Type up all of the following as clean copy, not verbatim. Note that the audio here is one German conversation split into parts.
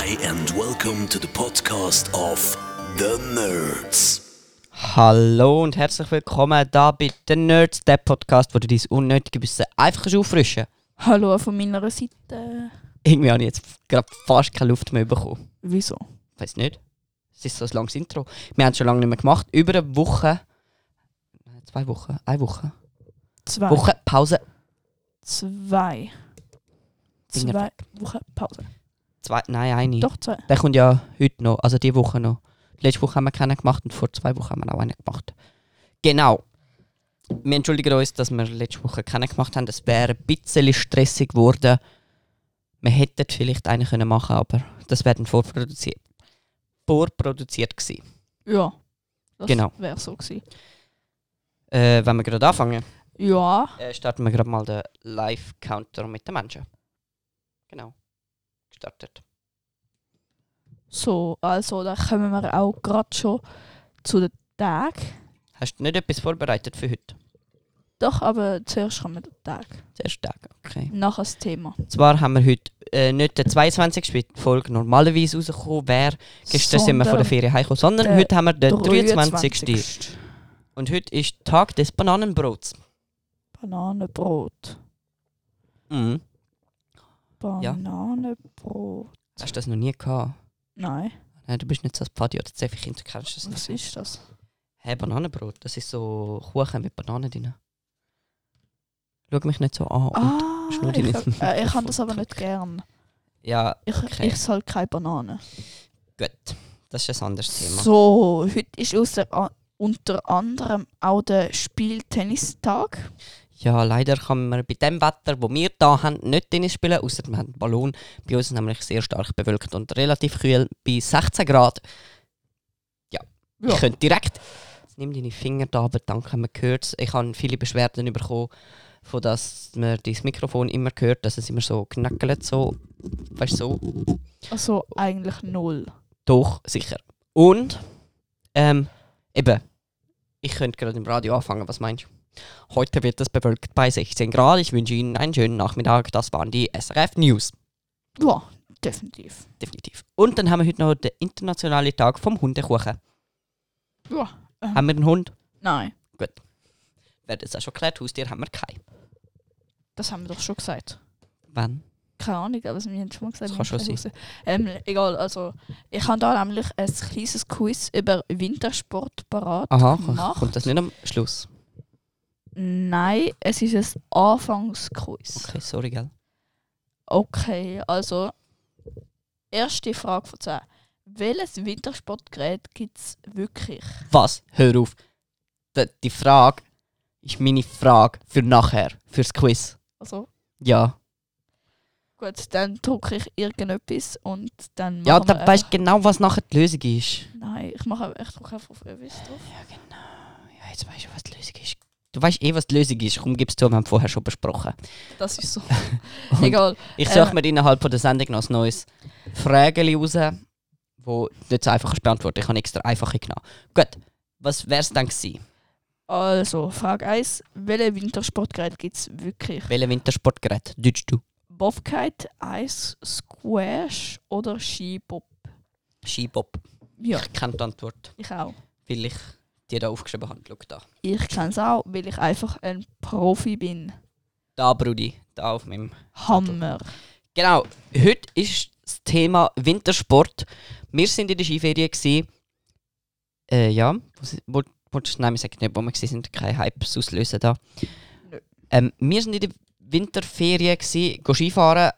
Hi and welcome to the podcast of The Nerds. Hallo und herzlich willkommen da bei The Nerds, der Podcast, wo du dein unnötige Wissen einfach auffrischen kannst. Hallo von meiner Seite. Irgendwie habe ich jetzt gerade fast keine Luft mehr bekommen. Wieso? Ich weiß nicht. Es ist so ein langes Intro. Wir haben es schon lange nicht mehr gemacht. Über eine Woche. 2 Wochen. Eine Woche. 2. Woche Pause. 2 Wochen Pause. 2. Nein, eine. Doch 2. Der kommt ja heute noch. Also diese Woche noch. Letzte Woche haben wir keinen gemacht und vor 2 Wochen haben wir auch einen gemacht. Genau. Wir entschuldigen uns, dass wir letzte Woche keinen gemacht haben. Es wäre ein bisschen stressig geworden. Wir hätten vielleicht einen können machen, aber das wäre dann vorproduziert gewesen. Ja. Das Genau. wäre so gewesen. Wenn wir gerade anfangen, Ja. starten wir gerade mal den Live-Counter mit den Menschen. Genau. Gestartet. So, also da kommen wir auch gerade schon zu den Tagen. Hast du nicht etwas vorbereitet für heute? Doch, aber zuerst kommen der Tag. Zuerst Tag, okay. Nachher das Thema. Zwar haben wir heute nicht den 22. wie die Folge normalerweise rausgekommen wäre. Gestern sind wir von der Ferien heimgekommen, sondern der heute haben wir den 23. 23. Und heute ist Tag des Bananenbrots. Bananenbrot. Mhm. Ja. Bananenbrot. Hast du das noch nie gehabt? Nein. Nein, du bist nicht so ein Pfadi oder Zeffi-Kind, du kennst das Was nicht. ist das? Hey, Bananenbrot, das ist so Kuchen mit Bananen drin. Schau mich nicht so an. Ah, schnur dich nicht. ich habe das aber nicht gern. Ja, okay. Ich soll keine Banane. Gut. Das ist ein anderes Thema. So, heute ist unter anderem auch der Spieltennistag. Ja, leider kann man bei dem Wetter, das wir hier haben, nicht Tennis spielen, außer wir haben einen Ballon. Bei uns ist es nämlich sehr stark bewölkt und relativ kühl, bei 16 Grad. Ja. Ich könnte direkt... Jetzt nimm deine Finger da, aber danke, haben wir gehört. Ich habe viele Beschwerden bekommen, von dass man dein Mikrofon immer hört, dass es immer so knackelt, so... Weißt du, so... Also eigentlich 0. Doch, sicher. Und... eben... Ich könnte gerade im Radio anfangen, was meinst du? Heute wird es bewölkt bei 16 Grad. Ich wünsche Ihnen einen schönen Nachmittag. Das waren die SRF News. Ja, definitiv. Definitiv. Und dann haben wir heute noch den internationalen Tag vom Hundekuchen. Ja. Haben wir einen Hund? Nein, Wer das auch schon geklärt? Haustier haben wir keinen. das haben wir doch schon gesagt. Wann? Keine Ahnung, aber wir haben schon mal gesagt. Das kann schon wir haben keine Hause. Egal, also ich habe da nämlich ein kleines Quiz über Wintersport parat gemacht. Kommt das nicht am Schluss? Nein, es ist ein Anfangsquiz. Okay, sorry, gell? Okay, also erste Frage von 10. Welches Wintersportgerät gibt es wirklich? Was? Hör auf. Die Frage ist meine Frage für nachher, fürs Quiz. Also Ja. gut, dann drücke ich irgendetwas und dann Ja, machen wir dann weißt du genau, was nachher die Lösung ist. Nein, ich drücke einfach auf etwas drauf. Ja, genau. Ja, jetzt weißt du, was die Lösung ist. Du weißt was die Lösung ist. Komm, gib's zu, wir haben vorher schon besprochen. Das ist so. Und Egal. Ich suche mir innerhalb von der Sendung noch ein neues Frageli raus, wo nicht so einfach beantworten. Ich habe extra einfache genommen. Gut, was wäre es dann gewesen? Also, Frage 1. Welche Wintersportgerät gibt es wirklich? Welches Wintersportgerät deutschst du? Bobkite, Eis, Squash oder Skibob? Skibob. Ja, Ich kenne die Antwort, ich auch. weil ich die da aufgeschrieben habe. Schau da. Ich kenne es auch, weil ich einfach ein Profi bin. Da, Brudi. Da auf meinem... Hammer. Genau, heute ist das Thema Wintersport. Wir sind in der Skiferie gewesen. Ja, nein, wir sagen nicht, wo wir sind, keine Hypes auslösen da. Nö. Wir sind in der Winterferien gewesen, gehen Skifahren.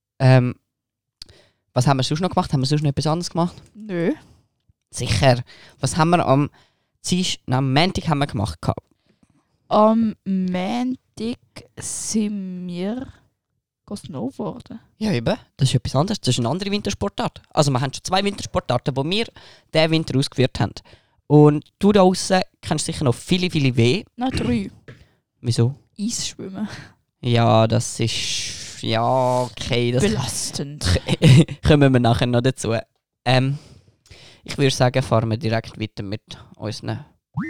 Was haben wir sonst noch gemacht? Haben wir sonst noch etwas anderes gemacht? Nö. Sicher. Was haben wir am Montag haben wir gemacht? Am Montag sind wir snowboarden. Ja, eben. Das ist etwas anderes. Das ist eine andere Wintersportart. Also wir haben schon 2 Wintersportarten, die wir diesen Winter ausgeführt haben. Und du da draussen kennst sicher noch viele, viele weh. Nein, 3. Wieso? Eisschwimmen. Ja, das ist... Ja, okay. Das Belastend. kommen wir nachher noch dazu. Ich würde sagen, fahren wir direkt weiter mit unseren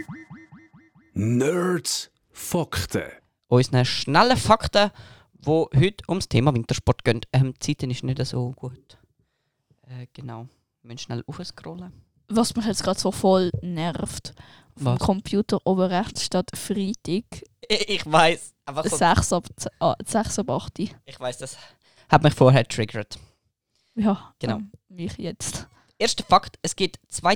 Nerds Fakten. schnellen Fakten, die heute ums Thema Wintersport gehen. Die Zeit ist nicht so gut. Genau. Wir müssen schnell aufscrollen. Was mich jetzt gerade so voll nervt. Auf dem Was? Computer oben rechts steht Freitag, Ich weiß. Einfach so, 6 ab 8. ich weiß, das hat mich vorher getriggert. Ja, Genau. Mich jetzt. Erster Fakt: Es gibt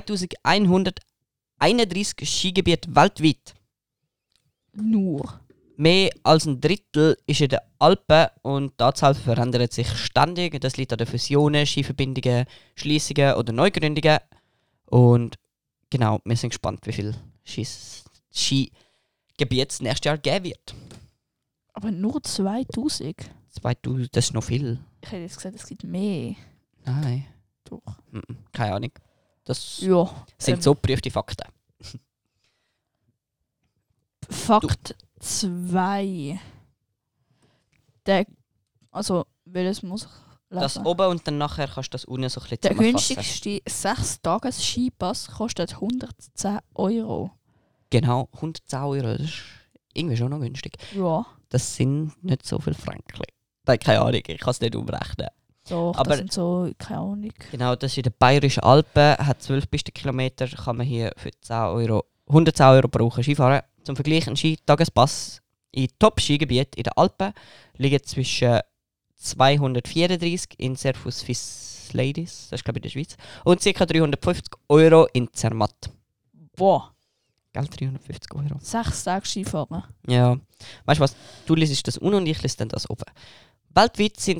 2131 Skigebiete weltweit. Nur. Mehr als ein Drittel ist in den Alpen und die Anzahl verändert sich ständig. Das liegt an den Fusionen, Skiverbindungen, Schließungen oder Neugründungen. Und genau, wir sind gespannt, wie viel Skigebiete es nächstes Jahr geben wird. Aber nur 2000. 2000, das ist noch viel. Ich hätte jetzt gesagt, es gibt mehr. Nein, Doch. keine Ahnung. Das Ja. sind so geprüfte Fakten. Fakt 2. Also, welches muss ich lesen? Das oben und dann nachher kannst du das unten so ein bisschen Der zusammenfassen. günstigste 6-Tages-Skipass kostet 110 €. Genau, 110 €. Das ist irgendwie schon noch günstig. Ja, Das sind nicht so viele Franken. Nein, keine Ahnung, ich kann es nicht umrechnen. doch, Aber- das sind so, keine Ahnung. Genau, das ist in den Bayerischen Alpen, hat 12 Pistenkilometer, kann man hier für 110 € pro Woche Skifahren. Zum Vergleich, ein Skitagespass in Top-Skigebieten in den Alpen liegt zwischen 234 in Servus Swiss Ladies, das ist glaube ich in der Schweiz, und ca. 350 € in Zermatt. Boah, Gell, 350 €. 6 Tage Skifahren. Ja. Weißt du was? Du liest das unten und ich lese dann das oben. Weltweit sind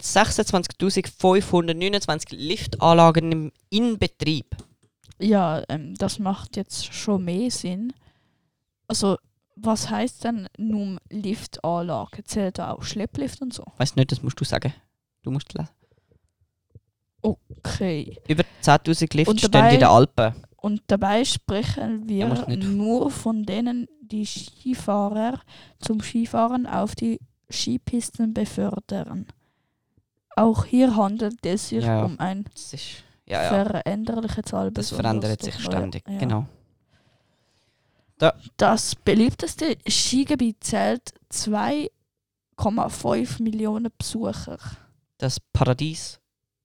26.529 Liftanlagen in Betrieb. Ja, das macht jetzt schon mehr Sinn. Also, was heisst denn nur Liftanlage? Zählt da auch Schlepplift und so? Weißt nicht, das musst du sagen. Du musst lesen. Okay. Über 10.000 Lifts Und stehen dabei- in den Alpen. Und dabei sprechen Ja, wir musst nicht. nur von denen, die Skifahrer zum Skifahren auf die Skipisten befördern. Auch hier handelt es sich Ja. um ein Das ist. Ja, ja. veränderliche Zahl. Das besonders verändert sich durch neue- ständig. Ja. Genau. Das beliebteste Skigebiet zählt 2,5 Millionen Besucher. Das Paradies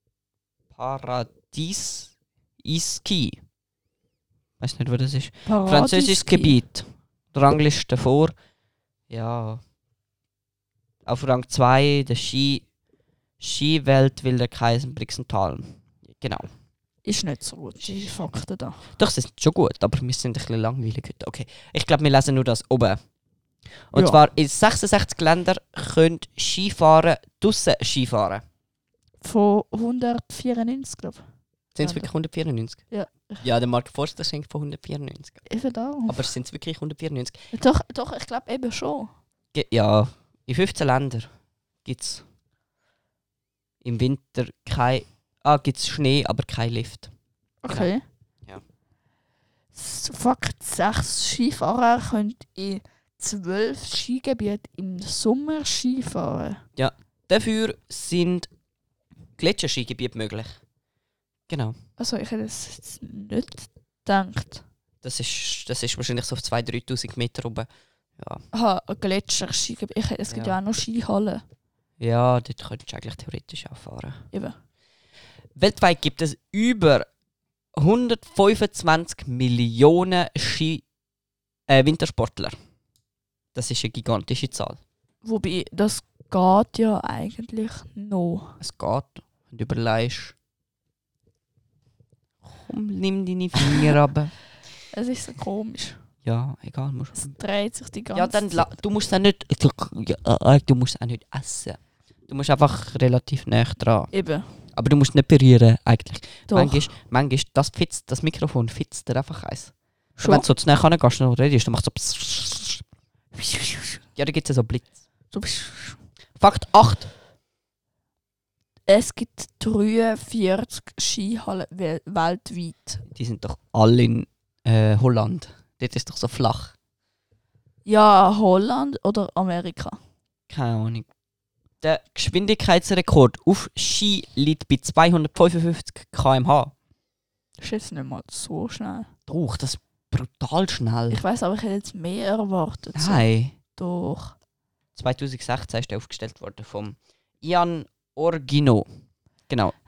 Iski. Weiß nicht, wo das ist. Französisches Paradiski. Gebiet. Rangliste vor. Ja. Auf Rang 2 der Skiwelt Wilder Kaisen Brixental. Genau. Ist nicht so gut, die Fakten da. Doch, sie sind schon gut, aber wir sind ein bisschen langweilig heute. Okay. Ich glaube, wir lesen nur das oben. Und Ja. zwar in 66 Ländern können Skifahrer draussen Skifahren. Von 194, glaube Sind es Ja, wirklich 194? Ja. Ja, der Mark Forster schenkt von 194. ich. Eben da. Aber sind es wirklich 194? Doch, ich glaube eben schon. Ja, in 15 Ländern gibt es im Winter gibt's Schnee, aber kein Lift. Okay. Ja. Fakt 6. Skifahrer können in 12 Skigebieten im Sommer Skifahren. Dafür sind Gletscherskigebiete möglich. Genau. Also ich hätte es jetzt nicht gedacht. Das ist wahrscheinlich so auf 2'000, 3'000 Meter oben. Ja. Aha, ein Gletscher-Skigebiet. Es gibt ja auch noch Skihallen. Ja, dort könntest du eigentlich theoretisch auch fahren. Eben. Weltweit gibt es über 125 Millionen Wintersportler. Das ist eine gigantische Zahl. Wobei, das geht ja eigentlich noch. Es geht. Und du überlegst. Komm, nimm deine Finger runter. Es ist so komisch. Ja, egal. Musst Es dreht sich die ganze ja, dann Zeit. du musst es nicht. Du musst es auch nicht essen. Du musst einfach relativ nah dran. Eben. Aber du musst nicht berühren, eigentlich. Doch. Manchmal das Mikrofon fitzt dir einfach eins. Schon? Wenn du so zu nah gehst und redest, dann macht es so. Ja, da gibt es ja so Blitz. Du bist- Fakt 8. Es gibt 43 Skihallen weltweit. Die sind doch alle in Holland. Dort ist doch so flach. Ja, Holland oder Amerika. Keine Ahnung. Der Geschwindigkeitsrekord auf Ski liegt bei 255 km/h. Das ist jetzt nicht mal so schnell. Doch, das ist brutal schnell. Ich weiß, aber ich hätte jetzt mehr erwartet. So. Nein. Doch. 2016 ist der aufgestellt worden vom Ian Orgino. Genau.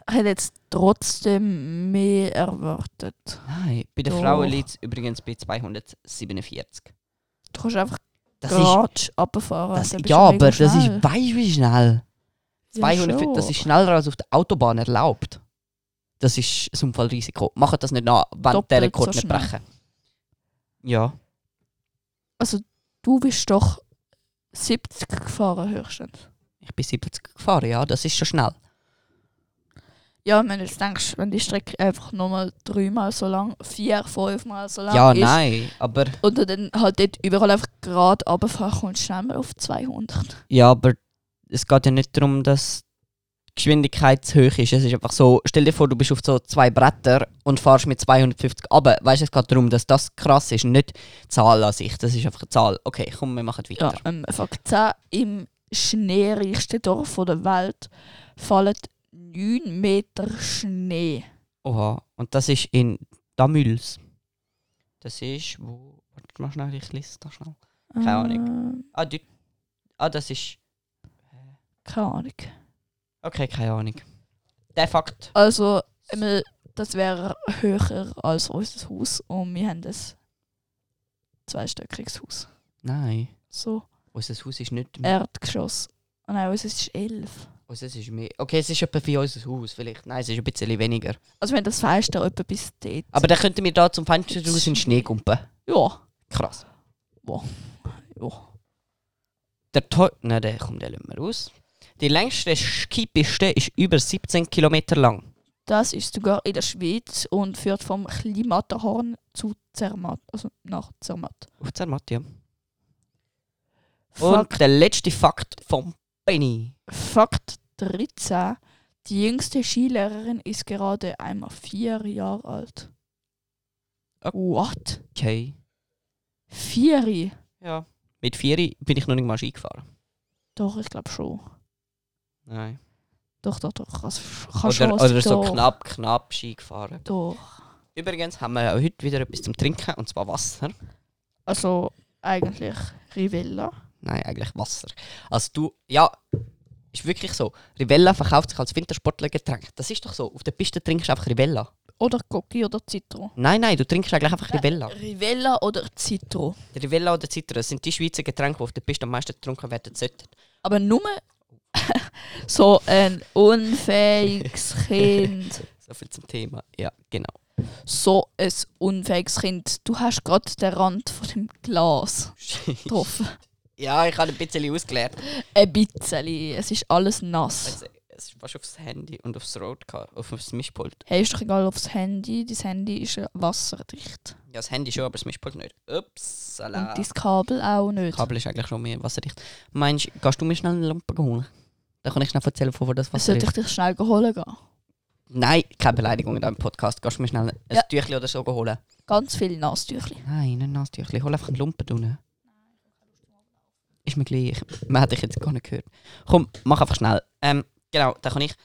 Ich hätte jetzt trotzdem mehr erwartet. Nein, bei den Doch. Frauen liegt es übrigens bei 247. Du kannst einfach Das gerade runterfahren. das, dann bist ja, du mega aber das ist schnell. weißt wie schnell. Ja, 200, schon. das ist schneller als auf der Autobahn erlaubt. Das ist das Unfallrisiko. Macht das nicht nach, wenn der Doppelt Rekord so nicht schnell. brechen. Ja. Also du bist doch 70 gefahren höchstens. Ich bin 70 gefahren, ja, das ist schon schnell. Ja, wenn du jetzt denkst, wenn die Strecke einfach nochmal 3-mal so lang, 4-5-mal so lang Ja, ist nein, aber und du dann halt dort überall einfach gerade runterfahren kommst, schnell mal auf 200. ja, aber es geht ja nicht darum, dass die Geschwindigkeit zu hoch ist. Es ist einfach so, stell dir vor, du bist auf so 2 Bretter und fährst mit 250 runter. Weißt du, es geht darum, dass das krass ist, nicht die Zahl an sich. Das ist einfach eine Zahl. Okay, komm, wir machen weiter. Ja, Fakt 10, im schneereichsten Dorf der Welt fallen 9 Meter Schnee. Oha, und das ist in Damüls. Das ist, wo... Warte mal schnell, ich lese da schnell. Keine Ahnung. Das ist... Keine Ahnung. Okay, keine Ahnung. Der Fakt. Also, das wäre höher als unser Haus und wir haben ein 2-stöckiges Haus. Nein, So, unser Haus ist nicht... Erdgeschoss. Oh nein, unser ist 11. Unser ist mehr... Okay, es ist etwa wie unser Haus vielleicht. Nein, es ist ein bisschen weniger. Also wenn das Fenster etwa bis dort. Aber dann könnten wir da zum Fenster raus in den Schnee kumpen. ja. Krass. Ja. Nein, der kommt der nicht mehr raus. Die längste Skipiste ist über 17 Kilometer lang. Das ist sogar in der Schweiz und führt vom Klimaterhorn zu Zermatt. Also nach Zermatt. Auf Zermatt, ja. Fakt, Und der letzte Fakt vom Benny. Fakt 13. Die jüngste Skilehrerin ist gerade einmal 4 Jahre alt. What? Okay. 4? Ja. Mit 4 bin ich noch nicht mal Ski gefahren. Doch, ich glaube schon. Nein. Doch. Kannst Oder so doch. knapp Ski gefahren. Doch. Übrigens haben wir auch heute wieder etwas zum Trinken, und zwar Wasser. Also eigentlich Rivella. Nein, eigentlich Wasser. Also du, ja, ist wirklich so. Rivella verkauft sich als Wintersportlergetränk. Das ist doch so. Auf der Piste trinkst du einfach Rivella. Oder Coqui oder Citro. Nein, du trinkst eigentlich einfach Rivella. Rivella oder Citro. Rivella oder Citra, das sind die Schweizer Getränke, die auf der Piste am meisten getrunken werden sollten. Aber nur so ein unfähiges Kind. So viel zum Thema. Ja, genau. So ein unfähiges Kind. Du hast gerade den Rand von dem Glas getroffen. Ja, ich habe ein bisschen ausgelernt. Ein bisschen. Es ist alles nass. Also, es ist fast aufs Handy und aufs Rot, auf das Mischpult. Hey, ist doch egal aufs Handy. Dein Handy ist wasserdicht. Ja, das Handy schon, aber das Mischpult nicht. Ups, Und dein Kabel auch nicht. Das Kabel ist eigentlich schon mehr wasserdicht. Meinst du, gehst du mir schnell eine Lampe holen? Dann kann ich schnell erzählen, wo das Wasser Sollte ich ist. dich schnell holen gehen? Nein, keine Beleidigung in diesem Podcast. Gehst du mir schnell ein Ja. Tüchlein oder so holen? Ganz viele Nasstüchli. Nein, nicht ein Nasstüchlein. Hol einfach einen Lumpen unten. Ist mir gleich. Man hat dich jetzt gar nicht gehört. Komm, mach einfach schnell. Genau, dann kann ich...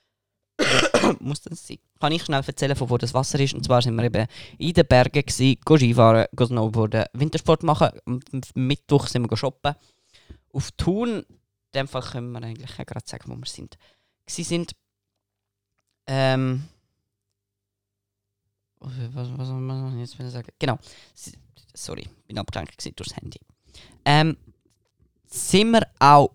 muss das sein? Kann ich schnell erzählen, von wo das Wasser ist. Und zwar sind wir eben in den Bergen gewesen, Skifahren, Snowboarden, Wintersport machen. Am Mittwoch sind wir shoppen. Auf Thun, in dem Fall können wir eigentlich auch gerade sagen, wo wir sind. Sie sind... was soll man jetzt sagen? Genau. Sorry, bin abgelenkt gewesen durchs Handy. Sind wir auch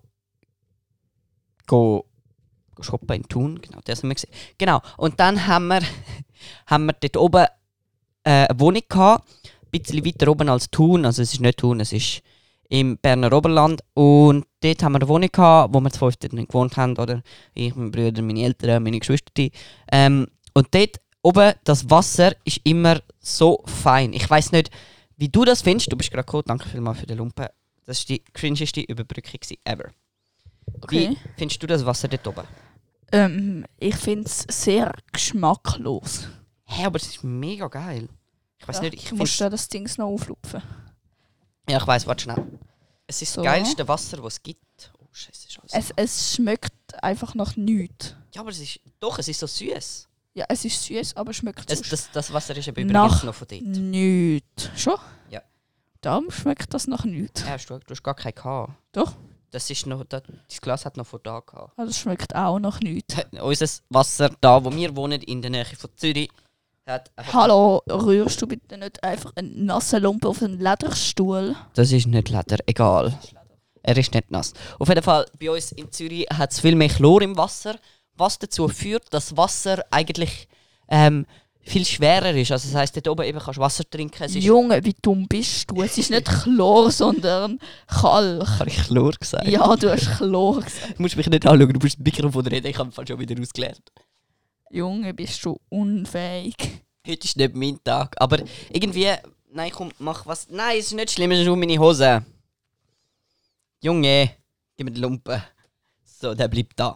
go shoppen in Thun, genau, das haben wir gesehen. Genau, und dann haben wir dort oben eine Wohnung gehabt, ein bisschen weiter oben als Thun, also es ist nicht Thun, es ist im Berner Oberland, und dort haben wir eine Wohnung gehabt, wo wir zu 5 dort gewohnt haben, oder ich, mein Bruder, meine Eltern, meine Geschwister. Und dort oben, das Wasser ist immer so fein. Ich weiss nicht, wie du das findest, du bist gerade gekommen, danke vielmals für den Lumpen. Das war die cringeste Überbrückung ever. Okay. Wie findest du das Wasser dort oben? Ich finde es sehr geschmacklos. Hä, aber es ist mega geil. Ich weiß nicht, ich Du musst finde... da das Ding noch auflupfen. Ja, ich weiss, warte schnell. Es ist So. das geilste Wasser, das es gibt. Oh, Scheiße, ist alles... Es schmeckt einfach nach nichts. Ja, aber es ist... Doch, es ist so süß. Ja, es ist süß, aber schmeckt sonst Das Wasser ist aber Nach- übrigens noch von dort. nichts. Schon? Ja. Darum schmeckt das nach nichts. Ja, du hast gar keinen gehabt. Doch. Das ist noch, das Glas hat noch vor da gehabt. Also, das schmeckt auch noch nichts. Unser Wasser da, wo wir wohnen, in der Nähe von Zürich, hat einfach... Hallo, rührst du bitte nicht einfach einen nassen Lumpen auf einen Lederstuhl? Das ist nicht Leder, egal. Er ist nicht nass. Auf jeden Fall, bei uns in Zürich hat es viel mehr Chlor im Wasser, was dazu führt, dass Wasser eigentlich viel schwerer ist. Also das heisst, dort oben eben kannst du Wasser trinken. Es ist Junge, wie dumm bist du? Es ist nicht Chlor, sondern Kalk. habe ich Chlor gesagt? Ja, du hast Chlor gesagt. Du musst mich nicht anschauen, du musst das Mikrofon reden, ich habe es schon wieder ausgelernt. Junge, bist du unfähig. Heute ist nicht mein Tag, aber irgendwie... Nein, komm, mach was... Nein, es ist nicht schlimm, es ist nur meine Hose. Junge, gib mir die Lumpe. So, der bleibt da.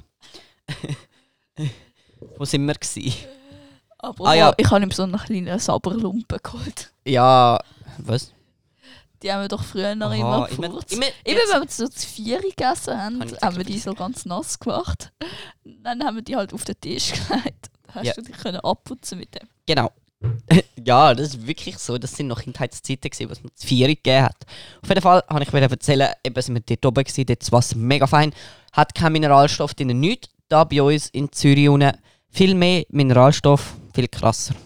Wo sind wir gewesen? Aber ja. ich habe ihm so einen kleinen Saberlumpen geholt. Ja... Was? Die haben wir doch früher Aha, immer immer- gefurzt. immer- Immer wenn wir so zu vier gegessen haben, Habe ich haben wir gesagt, die so ganz nass gemacht. Dann haben wir die halt auf den Tisch gelegt. Da hast Ja. du dich können abputzen mit dem. Genau. Ja, das ist wirklich so. Das sind noch Kindheitszeiten, gewesen, was es 4 gegeben hat. Auf jeden Fall habe ich mir erzählen, eben sind wir dort oben gewesen, dort ist das Wasser mega fein, hat keinen Mineralstoff drin, nichts. Da bei uns in Zürich unten viel mehr Mineralstoff, viel krasser.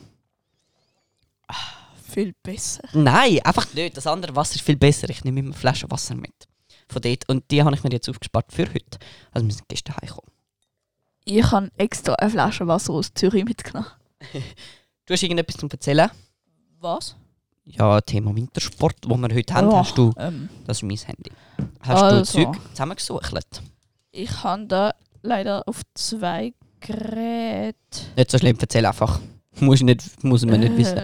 Viel besser. Nein, einfach nicht. Das andere Wasser ist viel besser. Ich nehme immer Flaschen Wasser mit. Von dort. Und die habe ich mir jetzt aufgespart für heute. Also wir sind gestern heimgekommen. Ich habe extra eine Flasche Wasser aus Zürich mitgenommen. Du hast irgendetwas zum Erzählen? Was? Ja, Thema Wintersport, wo wir heute haben, hast du... Das ist mein Handy. Hast Also. du Zeug zusammengesucht? Ich habe da leider auf 2 Geräte. Nicht so schlimm, erzähl einfach. Muss man nicht wissen.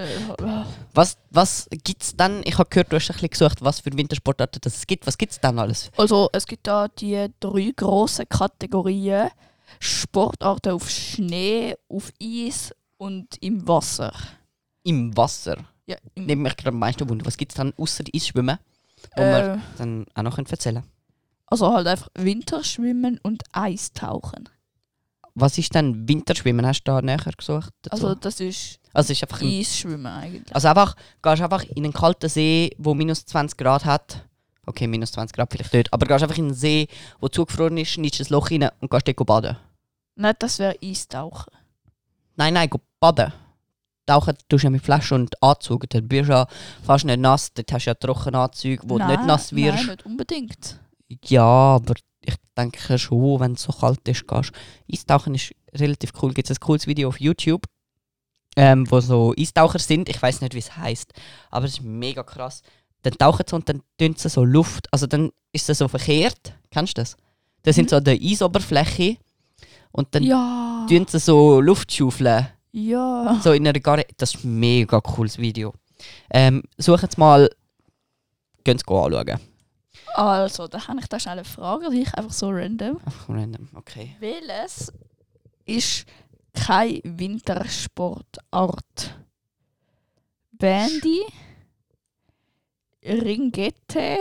Was gibt es dann? Ich habe gehört, du hast ein bisschen gesucht, was für Wintersportarten es gibt. Was gibt es dann alles? Also es gibt da die 3 grossen Kategorien. Sportarten auf Schnee, auf Eis und im Wasser. Im Wasser. Ja, Nehmt mich gerade am meisten Wunder. Was gibt es dann außer Eisschwimmen, wo wir dann auch noch erzählen können? also halt einfach Winterschwimmen und Eistauchen. Was ist dann Winterschwimmen? Hast du da näher gesucht dazu? Also das ist Also es ist einfach Eisschwimmen eigentlich. also gehst einfach in einen kalten See, wo minus 20 Grad hat. Okay, minus 20 Grad vielleicht nicht. Aber gehst einfach in einen See, der zugefroren ist, schneidest ein Loch rein und gehst dort baden. Nein, das wäre Eistauchen. Nein, go baden. Tauchen tust du ja mit Flasche und Anzug. Dort bist du ja fast nicht nass. Dort hast du ja Trockenanzüge, wo du nicht nass wirst. Nein, nicht unbedingt. Ja, aber ich denke schon, wenn es so kalt ist, gehst Eistauchen ist relativ cool. Gibt es ein cooles Video auf YouTube, wo so Eistaucher sind. Ich weiß nicht, wie es heisst, aber es ist mega krass. Dann tauchen sie und dann tun sie so Luft. Also dann ist es so verkehrt. Kennst du das? Dann sind sie an der Eisoberfläche und dann Ja. tun sie so Luft schaufeln. Ja. So in einer Garage. Das ist ein mega cooles Video. Suchen Sie mal, gehen Sie anschauen. Also, da habe ich da schnell eine Frage, die ich einfach so random. Einfach random, okay. Welches ist keine Wintersportart? Bandy, Ringette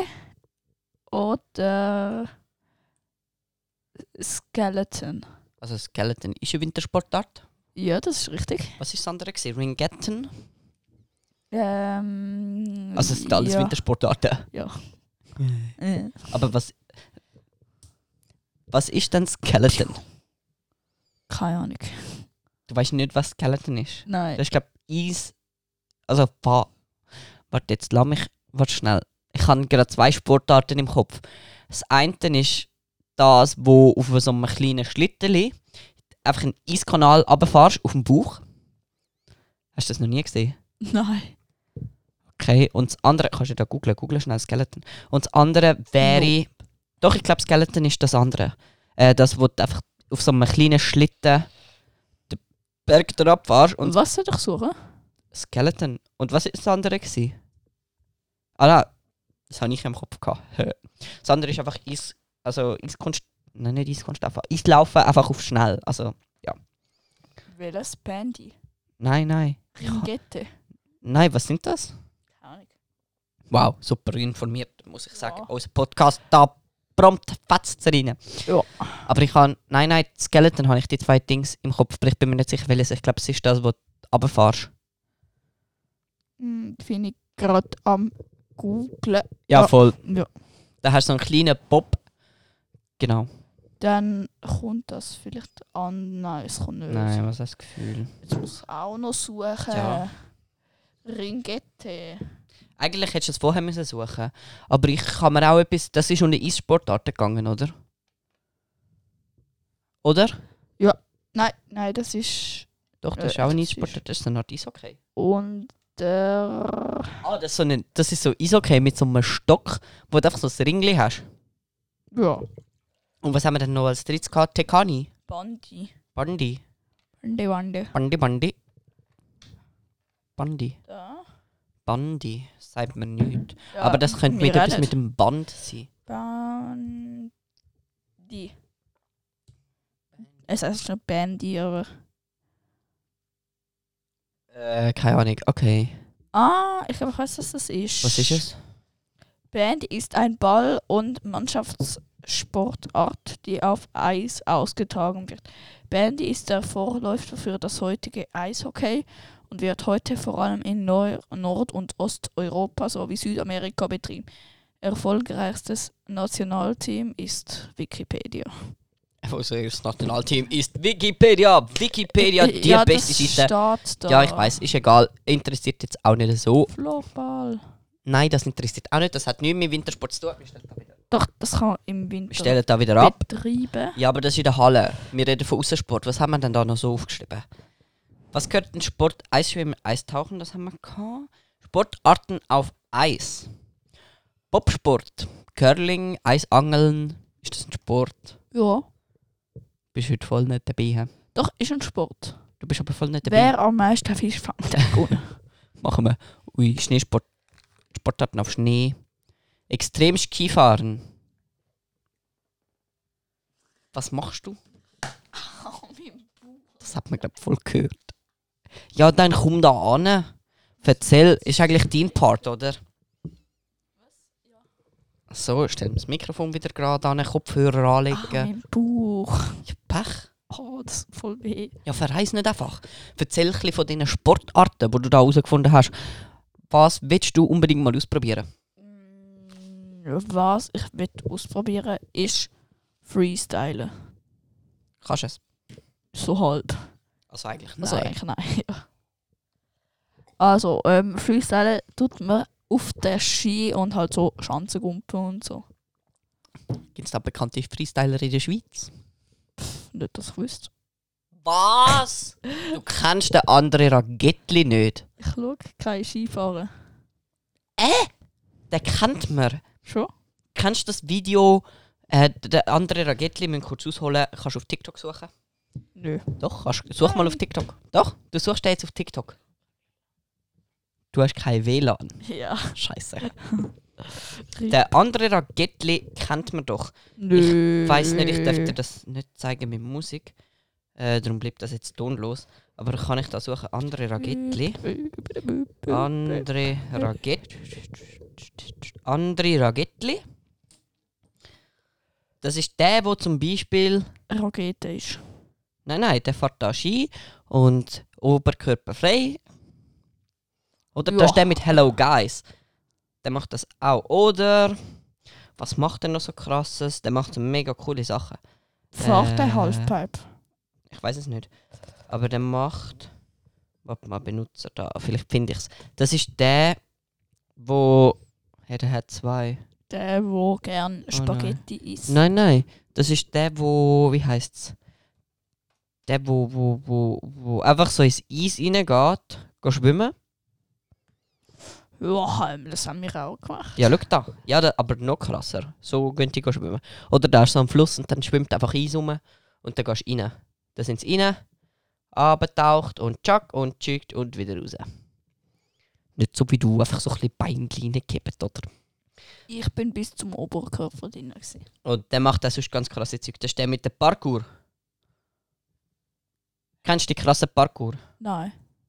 oder Skeleton? Also Skeleton ist eine Wintersportart. Ja, das ist richtig. Was war das andere? Ringetten? Ähm, Also es sind alles ja. Wintersportarten. Ja. Aber was ist denn Skeleton? Keine Ahnung. Du weißt nicht, was Skeleton ist. Nein. Das ist, glaube ich, Eis... Also, warte jetzt, warte schnell. Ich habe gerade 2 Sportarten im Kopf. Das eine ist das, wo auf so einem kleinen Schlitterli einfach einen Eiskanal runterfährst, auf dem Bauch. Hast du das noch nie gesehen? Nein. Okay, und das andere, kannst du da googeln schnell Skeleton. Und das andere wäre, doch, ich glaube Skeleton ist das andere. Das, wo du einfach auf so einem kleinen Schlitten den Berg da abfährst Und und was soll ich suchen? Skeleton. Und was war das andere gewesen? Ah nein, das habe ich im Kopf gehabt. Das andere ist einfach Eiskunst, nein nicht Eiskunst, einfach Eislaufen, einfach auf schnell. Also, Welches Bandy? nein. Ringette. Nein, was sind das? Keine Ahnung. Wow, super informiert, muss ich sagen. Ja. Unser Podcast da prompt fetzt rein. Ja. Aber ich habe, nein, Skeleton habe ich die 2 Dings im Kopf, aber ich bin mir nicht sicher, welches. Ich glaube, es ist das, wo du runterfährst. Finde ich gerade am Googlen. Ja, voll. Ja. Da hast du so einen kleinen Bob, Genau. Dann kommt das vielleicht an. Nein, es kommt nicht. Nein, was hast du das Gefühl? Jetzt muss ich auch noch suchen. Ja. Ringette. Eigentlich hättest du es vorher müssen suchen. Aber ich kann mir auch etwas... Das ist um eine Eissportart gegangen, oder? Oder? Nein, das ist. Doch, das ist auch eine Eissportart. Das ist eine Art Eishockey. Und der. Ah, das ist so Eishockey mit so einem Stock, wo du einfach so ein Ringli hast. Ja. Und was haben wir denn noch als drittes gehabt? Tekani? Bandi. Bandi? Bandi. Bandi? Da. Bandi? Sagt mir nicht. Ja, Aber das könnte mir mit auch etwas nicht. mit dem Band sein. Bandi. Es heißt schon Bandy, aber. Keine Ahnung. Okay. Ich glaube, ich weiß, was das ist. Was ist es? Bandy ist ein Ball- und Mannschaftssportart, die auf Eis ausgetragen wird. Bandy ist der Vorläufer für das heutige Eishockey und wird heute vor allem in Nord- und Osteuropa sowie Südamerika betrieben. Erfolgreichstes Nationalteam ist Wikipedia. Also das Nationalteam ist Wikipedia. Wikipedia, die ja, beste das Seite. steht da. Ja, ich weiß, ist egal. Interessiert jetzt auch nicht so. Floorball. Nein, das interessiert auch nicht. Das hat nichts mit Wintersport zu tun. Wir stellen da wieder, Doch, das kann man im wir Winter stellen da wieder ab. betreiben. Ja, aber das ist in der Halle. Wir reden von Aussensport. Was haben wir denn da noch so aufgeschrieben? Was gehört in Sport? Eisschwimmen, Eistauchen, das haben wir gehabt. Sportarten auf Eis. Bobsport, Curling, Eisangeln. Ist das ein Sport? Ja. Bist heute voll nicht dabei. He? Doch, ist ein Sport. Du bist aber voll nicht dabei. Wer am meisten Fisch fängt, der gewonnen. Machen wir. Ui, Schneesport. Sportarten auf Schnee. Extrem Skifahren. Was machst du? Das hat man, glaube ich, voll gehört. Ja, dann komm da an. Erzähl, ist eigentlich dein Part, oder? So, stellen wir das Mikrofon wieder gerade an, Kopfhörer anlegen. Mein Bauch. Ja, Pech. Oh, das ist voll weh. Ja, verreis nicht einfach. Erzähl ein bisschen von deinen Sportarten, die du da herausgefunden hast. Was willst du unbedingt mal ausprobieren? Was ich will ausprobieren ist Freestylen. Kannst du es? So halb. Also eigentlich nein. Also eigentlich nein. Ja. Also, Freestylen tut man auf der Ski und halt so Schanzengumpen und so. Gibt es da bekannte Freestyler in der Schweiz? Nicht, dass ich wüsste. Was? Du kennst den anderen Ragettli nicht? Ich schaue kein Skifahren. Den kennt man. Schon? Kennst du das Video? Der andere Ragettli, müssen kurz ausholen. Kannst du auf TikTok suchen? Nö. Doch, such mal auf TikTok. Doch, du suchst den jetzt auf TikTok. Du hast kein WLAN. Ja. Scheiße. Der andere Ragettli kennt man doch. Nö. Ich weiss nicht, ich darf dir das nicht zeigen mit Musik. Darum bleibt das jetzt tonlos. Aber kann ich da suchen? Andere Ragettli. Andere Ragettli. Das ist der, wo zum Beispiel... Rakete ist. Nein, der fährt da Ski und Oberkörper frei. Oder Ja. da ist der mit Hello Guys. Der macht das auch. Oder... Was macht er noch so krasses? Der macht so mega coole Sachen. Fahrt der Halfpipe. Ich weiß es nicht. Aber der macht... Warte mal, Benutzer da. Vielleicht finde ich es. Das ist der, wo... Ja, der hat zwei. Der, wo gern Spaghetti isst. Nein. Das ist der, wo... Wie heisst's? Der, wo einfach so ins Eis reingeht. Geht schwimmen. Ja, das haben wir auch gemacht. Ja, schau da. Ja, aber noch krasser. So gehen die schwimmen. Oder da ist so am Fluss und dann schwimmt einfach Eis rum. Und dann gehst du rein. Dann sind sie rein, abgetaucht und tschack und tschickt und wieder raus. Nicht so wie du, einfach so ein bisschen Beinchen gehabt, oder? Ich bin bis zum Oberkörper drin. Gewesen. Und der macht auch sonst ganz krasse Zeug. Das ist der mit dem Parkour. Kennst du die krassen Parkour? Nein.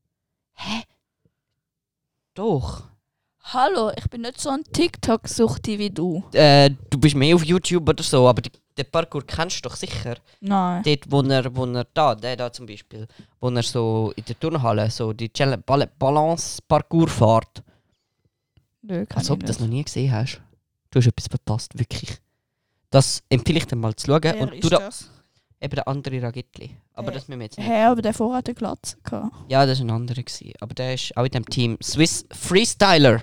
Doch. Hallo, ich bin nicht so ein TikTok-Suchti wie du. Du bist mehr auf YouTube oder so, aber den Parkour kennst du doch sicher. Nein. Dort, wo er der da zum Beispiel, wo er so in der Turnhalle so die Balance-Parcours fährt. Nö, kann Als ob ich du das nicht. noch nie gesehen hast. Du hast etwas verpasst, wirklich. Das empfehle ich dir mal zu schauen. Wer Und ist du da das? eben der andere Ragittli. Aber das müssen wir jetzt nicht. Hä, aber der vorher hat eine Glatze gehabt. Ja, das war ein anderer. Gewesen. Aber der ist auch in dem Team Swiss Freestyler.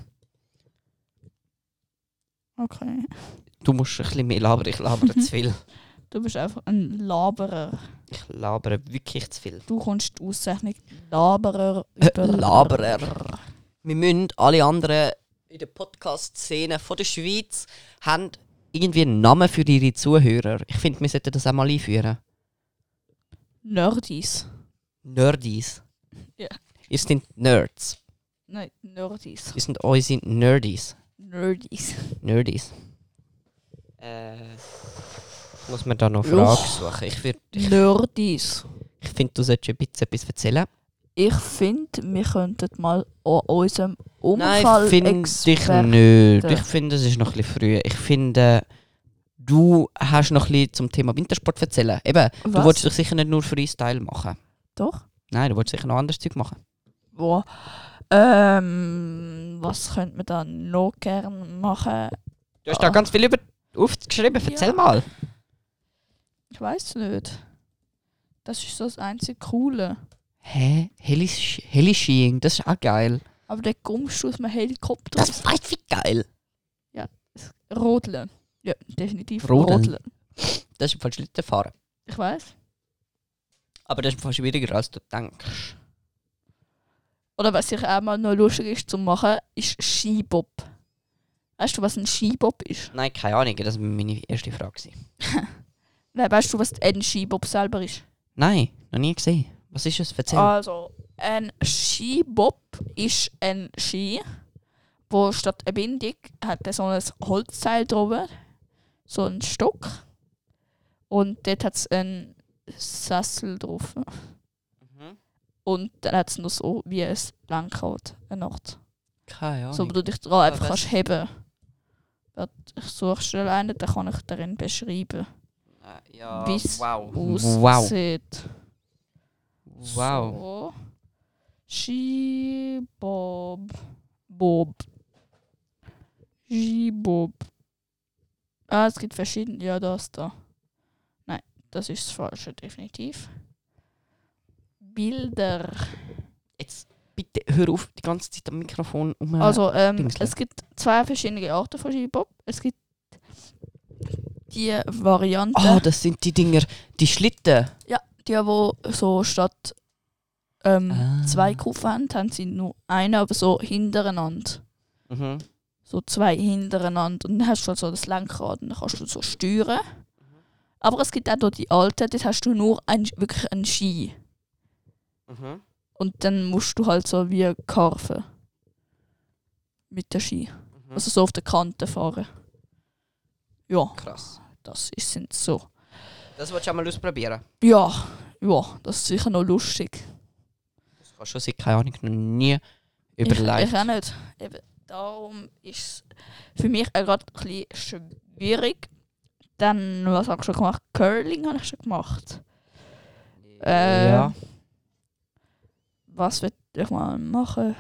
Okay. Du musst ein bisschen mehr labern, ich labere zu viel. Du bist einfach ein Laberer. Ich labere wirklich zu viel. Du kommst die Auszeichnung Laberer Laberer. Wir müssen alle anderen in der Podcast-Szene von der Schweiz haben irgendwie einen Namen für ihre Zuhörer. Ich finde, wir sollten das auch mal einführen. Nerdis. Nerdis. Ja. Ihr sind Nerds. Nein, Nerdis. Ihr sind unsere Nerdis. Nerdis. Nerdis. Muss man da noch Fragen suchen? Nerdis. Ich finde, du solltest ein bisschen etwas erzählen. Ich finde, wir könnten mal an unserem Nein, Unfall finde ich nicht. Ich finde, es ist noch ein bisschen früh. Ich finde, du hast noch ein bisschen zum Thema Wintersport erzählen. Eben, du Was? wolltest doch sicher nicht nur Freestyle machen. Doch. Nein, du wolltest sicher noch anderes Zeug machen. Wo? Was könnte man dann noch gerne machen? Du hast da ganz viel aufgeschrieben. Erzähl Ja. mal. Ich weiß nicht. Das ist so das einzige Coole. Hä? Heli-Skiing, das ist auch geil. Aber dann kommst du aus einem Helikopter. Das ist weit wie geil. Rodeln. Ja, definitiv Rodeln. Rodeln. Das ist im Fall Schlittenfahren. Ich weiß. Aber das ist im Fall schwieriger, als du denkst. Oder was ich auch mal noch lustig ist zu machen, ist Skibob. Weißt du, was ein Skibob ist? Nein, keine Ahnung, das war meine erste Frage. Nein, weißt du, was ein Skibob selber ist? Nein, noch nie gesehen. Was ist es? Erzähl. Also, ein Skibob ist ein Ski, wo statt einer Bindung hat er so ein Holzteil drüber, so einen Stock. Und dort hat es einen Sessel drauf. Mhm. Und dann hat es noch so wie ein Lenkrad, eine Art. Keine Ahnung. So, wo du dich dran einfach was? kannst heben. Ich suche schnell einen, dann kann ich darin beschreiben, Ja, wie es wow. aussieht. Wow. So. Skibob. Bob. Skibob. Ah, es gibt verschiedene. Ja, das da. Nein, das ist das Falsche, definitiv. Bilder. Jetzt bitte hör auf, die ganze Zeit am Mikrofon Also, Dingseln. es gibt zwei verschiedene Arten von Skibob. Es gibt die Variante, Ah, das sind die Dinger, die Schlitten. die wo so statt zwei Kufen haben, haben sie nur einen, aber so hintereinander. Mhm. So zwei hintereinander. Und dann hast du halt so das Lenkrad und dann kannst du so steuern. Aber es gibt auch noch die alten, dort hast du nur wirklich einen Ski. Mhm. Und dann musst du halt so wie karfen. Mit der Ski. Mhm. Also so auf der Kante fahren. Ja, Krass. das sind so. Das willst du auch mal ausprobieren. Ja, das ist sicher noch lustig. Das kannst du schon seit, keine Ahnung, noch nie Ich überlegt. auch nicht. Eben, darum ist es für mich auch gerade ein bisschen schwierig. Dann, was habe ich schon gemacht? Curling habe ich schon gemacht. Ja. Was will ich mal machen?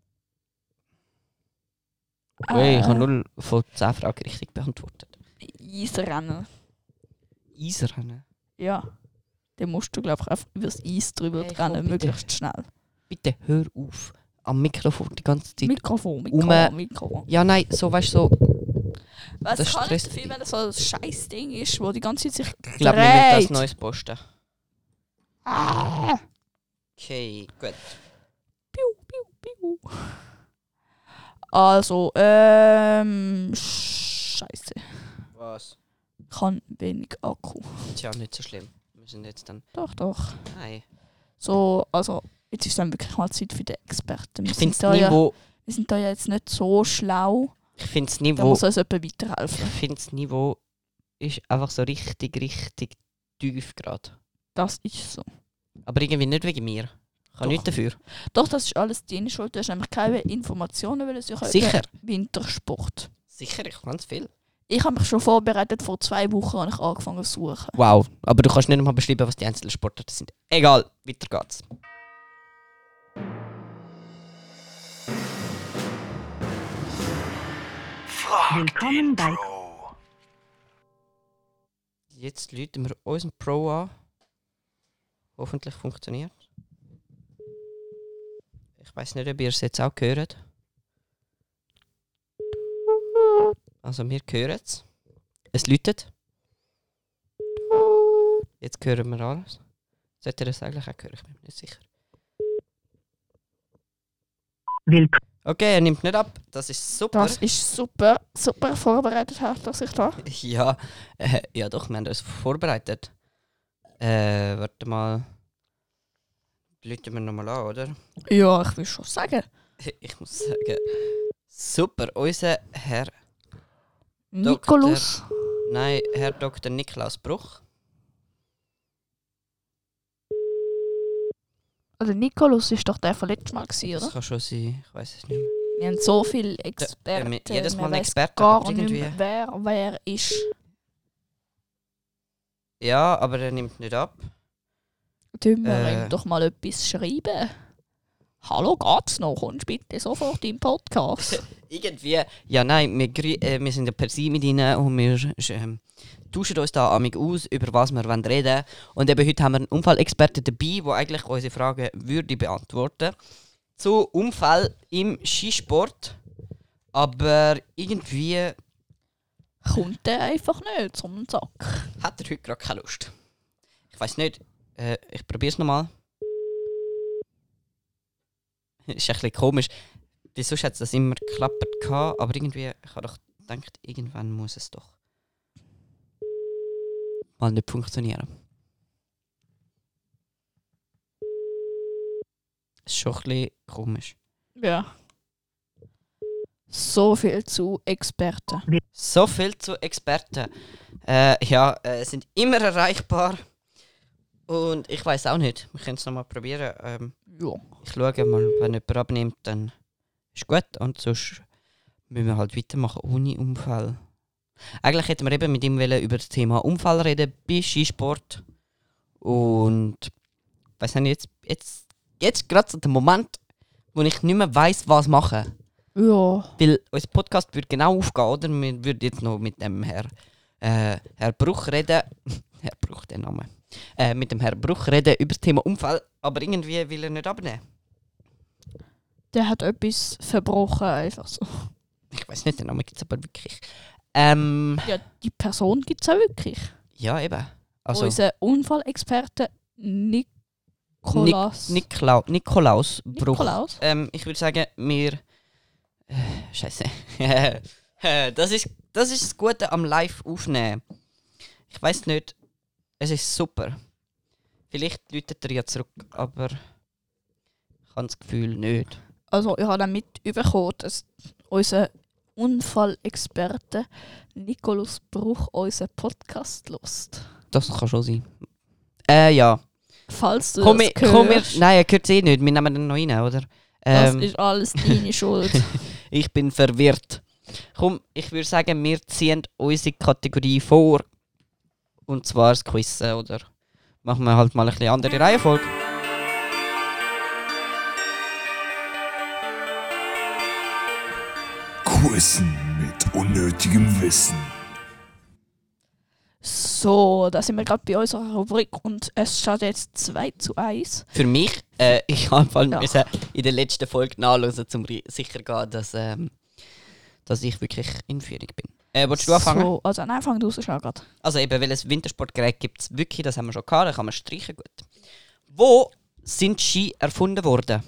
Ui, ich habe 0 von 10 Fragen richtig beantwortet. Eisrennen. Eisrennen. Ja. Dann musst du, glaube ich, einfach über das Eis drüber Hey, komm, rennen, bitte. möglichst schnell. Bitte hör auf. Am Mikrofon die ganze Zeit. Mikrofon. Ja, nein, so weißt du, so. Was Das kann ich stresst dafür, dich. wenn das so ein scheiß Ding ist, wo die ganze Zeit sich Ich glaube, wir müssen das dreht? Neues posten. Ah. Okay, gut. Piu, piu, piu. Also, Scheiße. Was? Ich habe wenig Akku. Tja, nicht so schlimm. Wir sind jetzt dann. Doch. Nein. So, also, jetzt ist dann wirklich mal Zeit für die Experten. Ich finde das Niveau. Wir sind da ja jetzt nicht so schlau. Ich finde das Da Niveau. muss uns jemand Ich weiterhelfen. finde das Niveau ist einfach so richtig tief gerade. Das ist so. Aber irgendwie nicht wegen mir. Ich kann Doch. nichts dafür. Doch, das ist alles deine Schuld. Du hast nämlich keine Informationen weil es ja Sicher. Wintersport. Sicher, ich kann es viel. Ich habe mich schon vorbereitet. Vor 2 Wochen habe ich angefangen zu suchen. Wow, aber du kannst nicht mal beschreiben, was die einzelnen Sportarten sind. Egal, weiter geht's. Frag Willkommen den bei- Pro. Jetzt läuten wir unseren Pro an. Hoffentlich funktioniert. Ich weiß nicht, ob ihr es jetzt auch hört. Also wir hören es. Es läutet. Jetzt hören wir alles. Sollte ihr das eigentlich auch hören? Ich bin mir nicht sicher. Okay, er nimmt nicht ab. Das ist super. Das ist super. Super vorbereitet hast du sich da. Ja, ja doch, wir haben uns vorbereitet. Warte mal. Läuten wir nochmal an, oder? Ja, ich will schon sagen. Ich muss sagen, super, unser Herr... Nikolus. Nein, Herr Dr. Niklaus Bruch. Also Nikolus ist doch der von letztes Mal gewesen, Das oder? kann schon sein, ich weiß es nicht mehr. Wir haben so viele Experten. Jedes Mal man ein weiss Experte, gar aber nicht irgendwie... mehr, wer ist. Ja, aber er nimmt nicht ab. Tun wir ihm doch mal etwas schreiben. Hallo, geht's noch? Kommst bitte sofort im Podcast? Irgendwie... Ja, nein, wir sind ja per se mit ihnen und wir tauschen uns da amig aus, über was wir reden wollen. Und eben heute haben wir einen Unfallexperten dabei, der eigentlich unsere Fragen würde beantworten. Zu Unfall im Skisport. Aber irgendwie Kommt der einfach nicht zum Sack. hat er heute gerade keine Lust. Ich weiß nicht, ich probiere es nochmal. Ist ein bisschen komisch. Weil sonst hat es das immer geklappt, aber irgendwie, ich habe doch gedacht, irgendwann muss es doch mal nicht funktionieren. Ist schon ein bisschen komisch. Ja. So viel zu Experten. So viel zu Experten. Sind immer erreichbar. Und ich weiß auch nicht. Wir können es nochmal probieren. Ja. Ich schaue mal, wenn jemand abnimmt, dann ist gut. Und sonst müssen wir halt weitermachen ohne Unfall. Eigentlich hätten wir eben mit ihm über das Thema Unfall reden bei Skisport. Und weiss nicht, jetzt gerade der Moment, wo ich nicht mehr weiss, was machen. Ja. Weil unser Podcast würde genau aufgehen, oder? Wir würden jetzt noch mit dem Herr Bruch reden. Herr Bruch, der Name. Mit dem Herr Bruch reden über das Thema Unfall, aber irgendwie will er nicht abnehmen. Der hat etwas verbrochen, einfach so. Ich weiß nicht, den Namen gibt es aber wirklich. Ja, die Person gibt es auch wirklich. Ja, eben. Also, Unser Unfallexperte Nikolaus. Nikolaus Bruch. Nikolaus? Ich würde sagen, wir... Scheiße. Das ist das Gute am Live aufnehmen. Ich weiß nicht, es ist super. Vielleicht läutet er ja zurück, aber ich habe das Gefühl nicht. Also ich habe dann mitbekommen, dass unser Unfallexperte Nikolaus Bruch unseren Podcast hört. Das kann schon sein. Ja. Falls du Komm, das nein, hörst, er hört eh nicht. Wir nehmen den noch rein, oder? das ist alles deine Schuld. Ich bin verwirrt. Komm, ich würde sagen, wir ziehen unsere Kategorie vor. Und zwar das Quiz, oder? Machen wir halt mal ein bisschen andere Reihenfolge. Quizzen mit unnötigem Wissen. So, da sind wir gerade bei unserer Rubrik und es steht jetzt 2:1. Für mich, ich habe Ja. müssen in der letzten Folge nachlesen, um sicher zu gehen, dass ich wirklich in Führung bin. Wolltest du anfangen? So, also nein, fang du schon gerade. Also eben, weil es Wintersportgerät gibt es wirklich, das haben wir schon gehabt, da kann man streichen, gut. Wo sind Ski erfunden worden?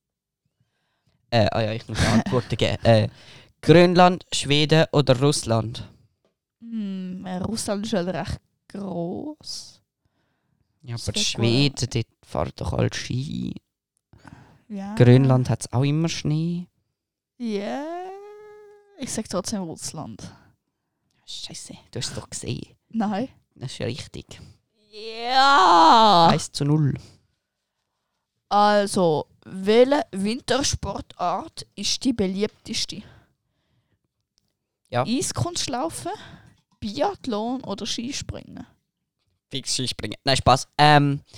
Ich muss Antworten geben. Grönland, Schweden oder Russland? Russland ist ja recht gross. Ja, Das aber wär Schweden, dort fahren doch alle Ski. Ja. Grönland hat es auch immer Schnee. Ja. Ich sag trotzdem Russland. Scheiße, du hast es doch gesehen. Nein. Das ist ja richtig. Ja. 1:0. Also, welche Wintersportart ist die beliebteste? Ja. Eiskunstlaufen, Biathlon oder Skispringen? Fix Skispringen. Nein, Spaß.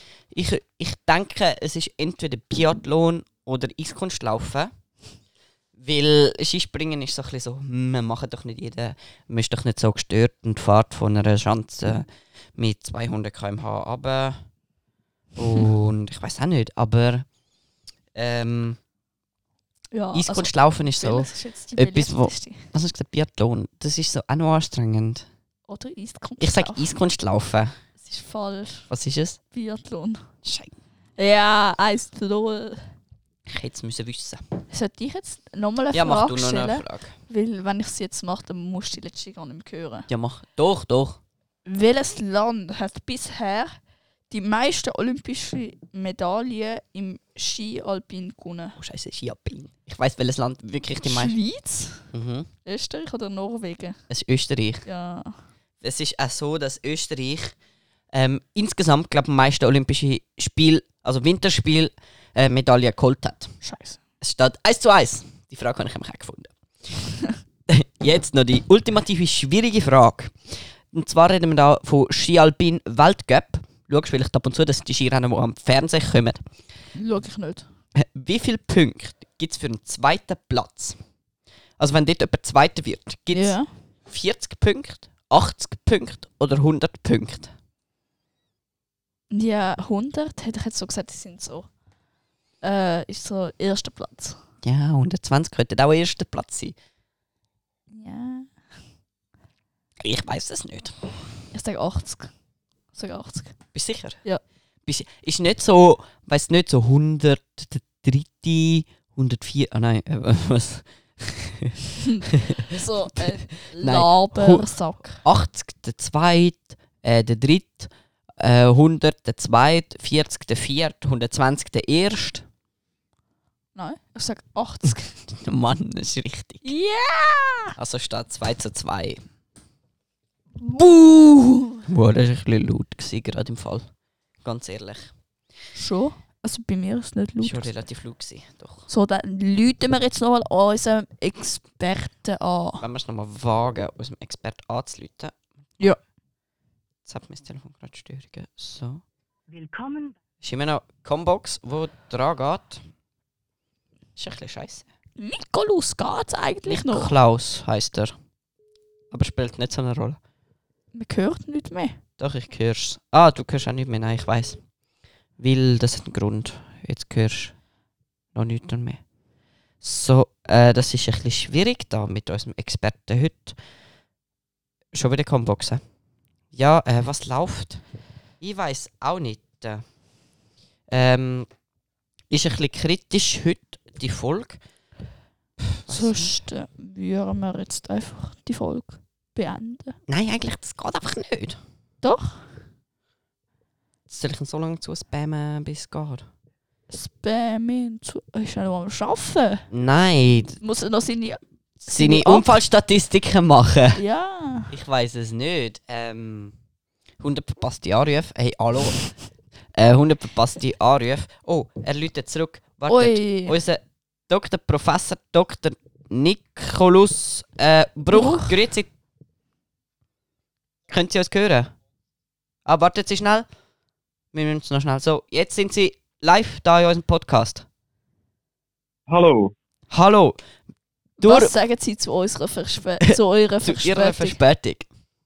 Ich denke, es ist entweder Biathlon oder Eiskunstlaufen. Weil Skispringen ist so ein bisschen so, man macht doch nicht jeder, man ist doch nicht so gestört und fährt von einer Schanze mit 200 km/h runter. Und ich weiß auch nicht, aber Eiskunstlaufen ist so Das ist jetzt die etwas, wo... beliebteste. Was hast du gesagt? Biathlon? Das ist so auch noch anstrengend. Oder Eiskunst. Ich sage Eiskunstlaufen. Das ist falsch. Was ist es? Biathlon. Scheiße. Ja, 1-0. Ich hätte es müssen wissen. Sollte ich jetzt nochmal eine Ja, mach Frage du noch eine stellen? Frage. Weil, wenn ich es jetzt mache, dann musst du die letzte gar nicht mehr hören. Ja, mach. Doch. Welches Land hat bisher die meisten olympische Medaillen im Ski-Alpin gewonnen? Oh, Scheiße, Skialpin. Ich weiss, welches Land wirklich die meisten... Schweiz, Mhm. Österreich oder Norwegen? Es ist Österreich. Ja. Es ist auch so, dass Österreich insgesamt, glaube ich, am meisten olympische Spiel, also Winterspiel, Medaillen geholt hat. Scheiße. Es steht 1:1. Die Frage habe ich nämlich auch gefunden. Jetzt noch die ultimative schwierige Frage. Und zwar reden wir da von Ski-Alpin Weltcup. Schaust vielleicht ab und zu, das sind die Skirennen, die am Fernsehen kommen. Schau ich nicht. Wie viele Punkte gibt es für einen zweiten Platz? Also wenn dort jemand Zweiter wird, gibt es Ja. 40 Punkte, 80 Punkte oder 100 Punkte? Ja, 100 hätte ich jetzt so gesagt, die sind so. Ist so erster Platz. Ja, 120 könnte auch erster Platz sein. Ja. Ich weiß es nicht. Ich sage 80. Ich sage 80. Bist du sicher? Ja. Ist nicht so, weißt nicht so 100, der dritte, 104, nein, was? So Nein. Labersack. 80 der zweite, der dritte, 100 der zweite, 40 der vierte, 120 der erste. Nein, ich sage 80. Mann, das ist richtig. Ja! Also steht 2:2. Buh! Boah, das war ein bisschen laut gewesen, gerade im Fall. Ganz ehrlich. Schon? Also bei mir ist es nicht Das war laut. schon relativ laut gewesen, doch. So, dann läuten wir jetzt nochmal unseren Experten an. Wenn wir es nochmal wagen, unserem Experten anzuleiten. Ja. Jetzt hat mein Telefon gerade Störungen. So. Willkommen. Ist immer noch Combox, wo dran geht. Ist ein bisschen scheiße. Nikolus geht's eigentlich noch? Klaus heisst er. Aber spielt nicht so eine Rolle. Man hört nicht mehr. Doch, ich hör's. Ah, du hörst auch nicht mehr, nein, ich weiss. Weil, das hat einen Grund. Jetzt hörst du noch nichts mehr. So, das ist ein bisschen schwierig da mit unserem Experten heute. Schon wieder Comboxen. Ja, was läuft? Ich weiss auch nicht. Ist ein bisschen kritisch heute, die Folge. Sonst würden wir jetzt einfach die Folge beenden. Nein, eigentlich, das geht einfach nicht. Doch? Soll ich ihn so lange zuspammen, bis es geht? Spammen zu. Ist er noch am Arbeiten? Nein, Muss er noch seine. seine Ab- Unfallstatistiken machen. Ja. Ich weiß es nicht. 100 verpasste Anrufe. Hey, hallo. 100 verpasste Anrufe. Oh, er läutet zurück. Wartet. Ui. Unser Dr. Professor Dr. Nikolus Bruch. Grüezi. Können Sie uns hören? Ah, wartet Sie schnell. Wir müssen es noch schnell. So, jetzt sind Sie live da in unserem Podcast. Hallo. Hallo. Was sagen Sie zu unserer zu eurer Zu Ihrer Verspätung? Verspätung.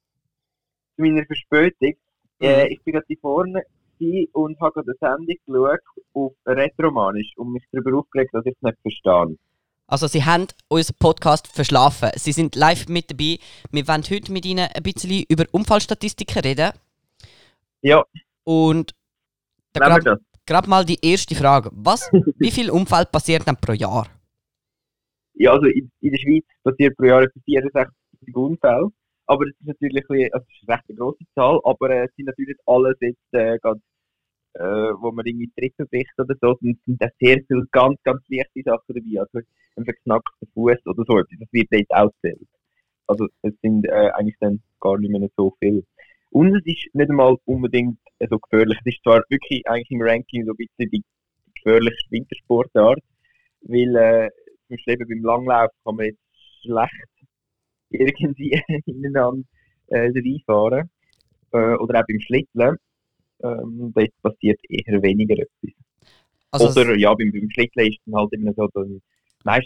Zu meiner Verspätung. Mhm. Ich bin gerade hier vorne gewesen und habe gerade eine Sendung geschaut auf Retromanisch und mich darüber aufgeregt, dass ich es nicht verstehe. Also Sie haben unseren Podcast verschlafen. Sie sind live mit dabei. Wir wollen heute mit Ihnen ein bisschen über Unfallstatistiken reden. Ja, Und nehmen wir das. gerade mal die erste Frage. Wie viele Unfälle passieren denn pro Jahr? Ja, also in der Schweiz passiert pro Jahr etwa 64'000 Unfälle. Aber das ist natürlich also das ist eine recht grosse Zahl, aber es sind natürlich nicht alles jetzt ganz, wo man irgendwie Tritte bricht oder so, sondern es sind auch sehr viele ganz, ganz leichte Sachen dabei. Also ein verknackter Fuß oder so etwas, das wird jetzt auch zählt. Also es sind eigentlich dann gar nicht mehr so viel. Und es ist nicht einmal unbedingt so gefährlich. Es ist zwar wirklich eigentlich im Ranking so ein bisschen die gefährlichste Wintersportart, weil zum Beispiel eben beim Langlauf kann man jetzt schlecht irgendwie ineinander reinfahren. Oder auch beim Schlitteln. Dort passiert eher weniger etwas. Also Oder ja, beim Schlitteln ist dann halt immer so, dann meistens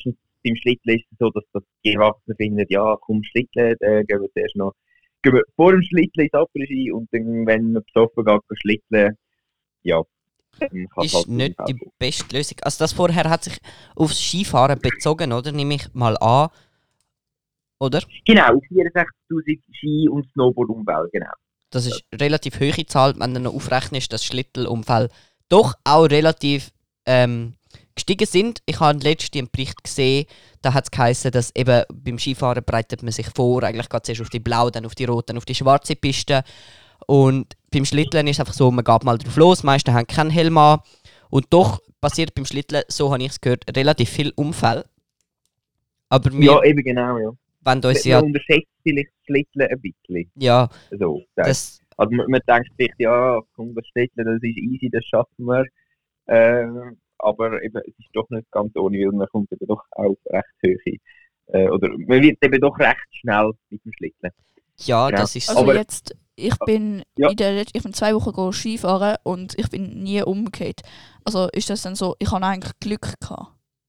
beim Schlitteln ist es so, dass die Erwachsenen finden, ja, komm, Schlitteln, gehen wir zuerst noch, gehen wir vor dem Schlitteln ins Après-Ski und dann, wenn man besoffen geht, schlitteln, ja, dann kann es Ist halt nicht Unfall die kommen. beste Lösung. Also das vorher hat sich aufs Skifahren bezogen, oder? Nehme ich mal an. Oder? Genau, 64'000 Ski- und Snowboard-Unfälle, genau. Das ist eine relativ hohe Zahl, wenn du noch aufrechnest, dass Schlittelunfälle doch auch relativ gestiegen sind. Ich habe letztens einen Bericht gesehen, da hat es geheißen, dass eben beim Skifahren bereitet man sich vor, eigentlich geht es erst auf die blaue, dann auf die rote, dann auf die schwarze Piste. Und beim Schlitteln ist es einfach so, man geht mal drauf los, die meisten haben keinen Helm an. Und doch passiert beim Schlitteln, so habe ich es gehört, relativ viel Unfälle. Aber wir Ja, eben genau, ja. wollen uns Man ja... unterschätzt vielleicht das Schlitteln ein bisschen. Ja, So, das... also man denkt sich, ja, komm, das Schlitteln, das ist easy, das schaffen wir. Aber eben, es ist doch nicht ganz ohne, weil man kommt eben doch auf recht hohe. Oder man wird eben doch recht schnell mit dem Schlitteln. Ja, Genau. das ist so. Also Aber- jetzt, ich bin Ja. ich bin 2 Wochen Skifahren und ich bin nie umgekehrt. Also ist das dann so, ich habe eigentlich Glück gehabt.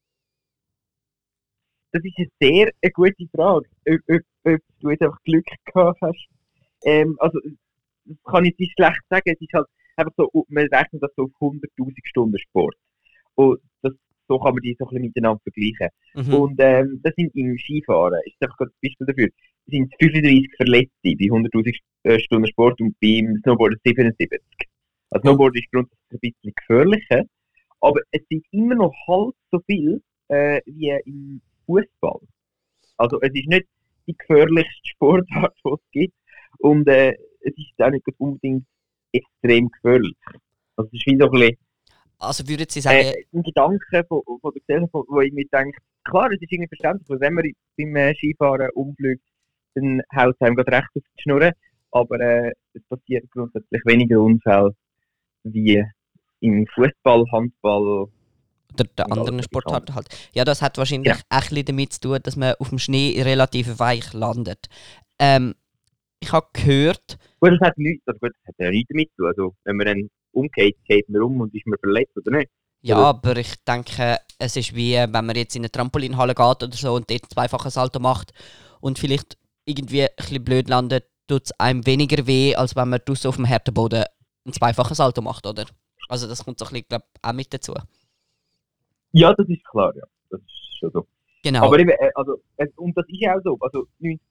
Das ist eine sehr gute Frage, ob du jetzt einfach Glück gehabt hast. Also, das kann ich nicht schlecht sagen. Es ist halt einfach so, man rechnet das so auf 100'000 Stunden Sport. Und so kann man die so ein bisschen miteinander vergleichen. Mhm. Und das sind im Skifahren, ist einfach ein Beispiel dafür, sind 35 Verletzte bei 100'000 Stunden Sport und beim Snowboard 77. Also Snowboard ist grundsätzlich ein bisschen gefährlicher, aber es sind immer noch halb so viel wie im Fußball. Also es ist nicht die gefährlichste Sportart, die es gibt und es ist auch nicht unbedingt extrem gefährlich. Also es ist wie so ein bisschen Also würden Sie sagen, ein Gedanke von der Gesellschaft, wo ich mir denke, klar, es ist irgendwie verständlich, weil wenn man beim Skifahren umfliegt, dann haut es einem gerade recht auf die Schnur, aber es passiert grundsätzlich weniger Unfälle wie im Fußball, Handball. oder der und anderen alles Sportarten halt. Ja, das hat wahrscheinlich auch ein bisschen damit zu tun, dass man auf dem Schnee relativ weich landet. Ich habe gehört, Gut, das hat ja nichts damit zu tun. Also, wenn man dann umgeht, geht man um und ist man verletzt oder nicht. ja, Oder? aber ich denke, es ist wie, wenn man jetzt in eine Trampolinhalle geht oder so und dort zweifachen Salto macht und vielleicht irgendwie ein bisschen blöd landet, tut es einem weniger weh, als wenn man draussen auf dem harten Boden einen zweifachen Salto macht, oder? Also das kommt so ein bisschen, glaub, auch mit dazu. Ja, das ist klar, ja. Das ist schon so. Genau. Aber eben, und das ist ja auch so. Also,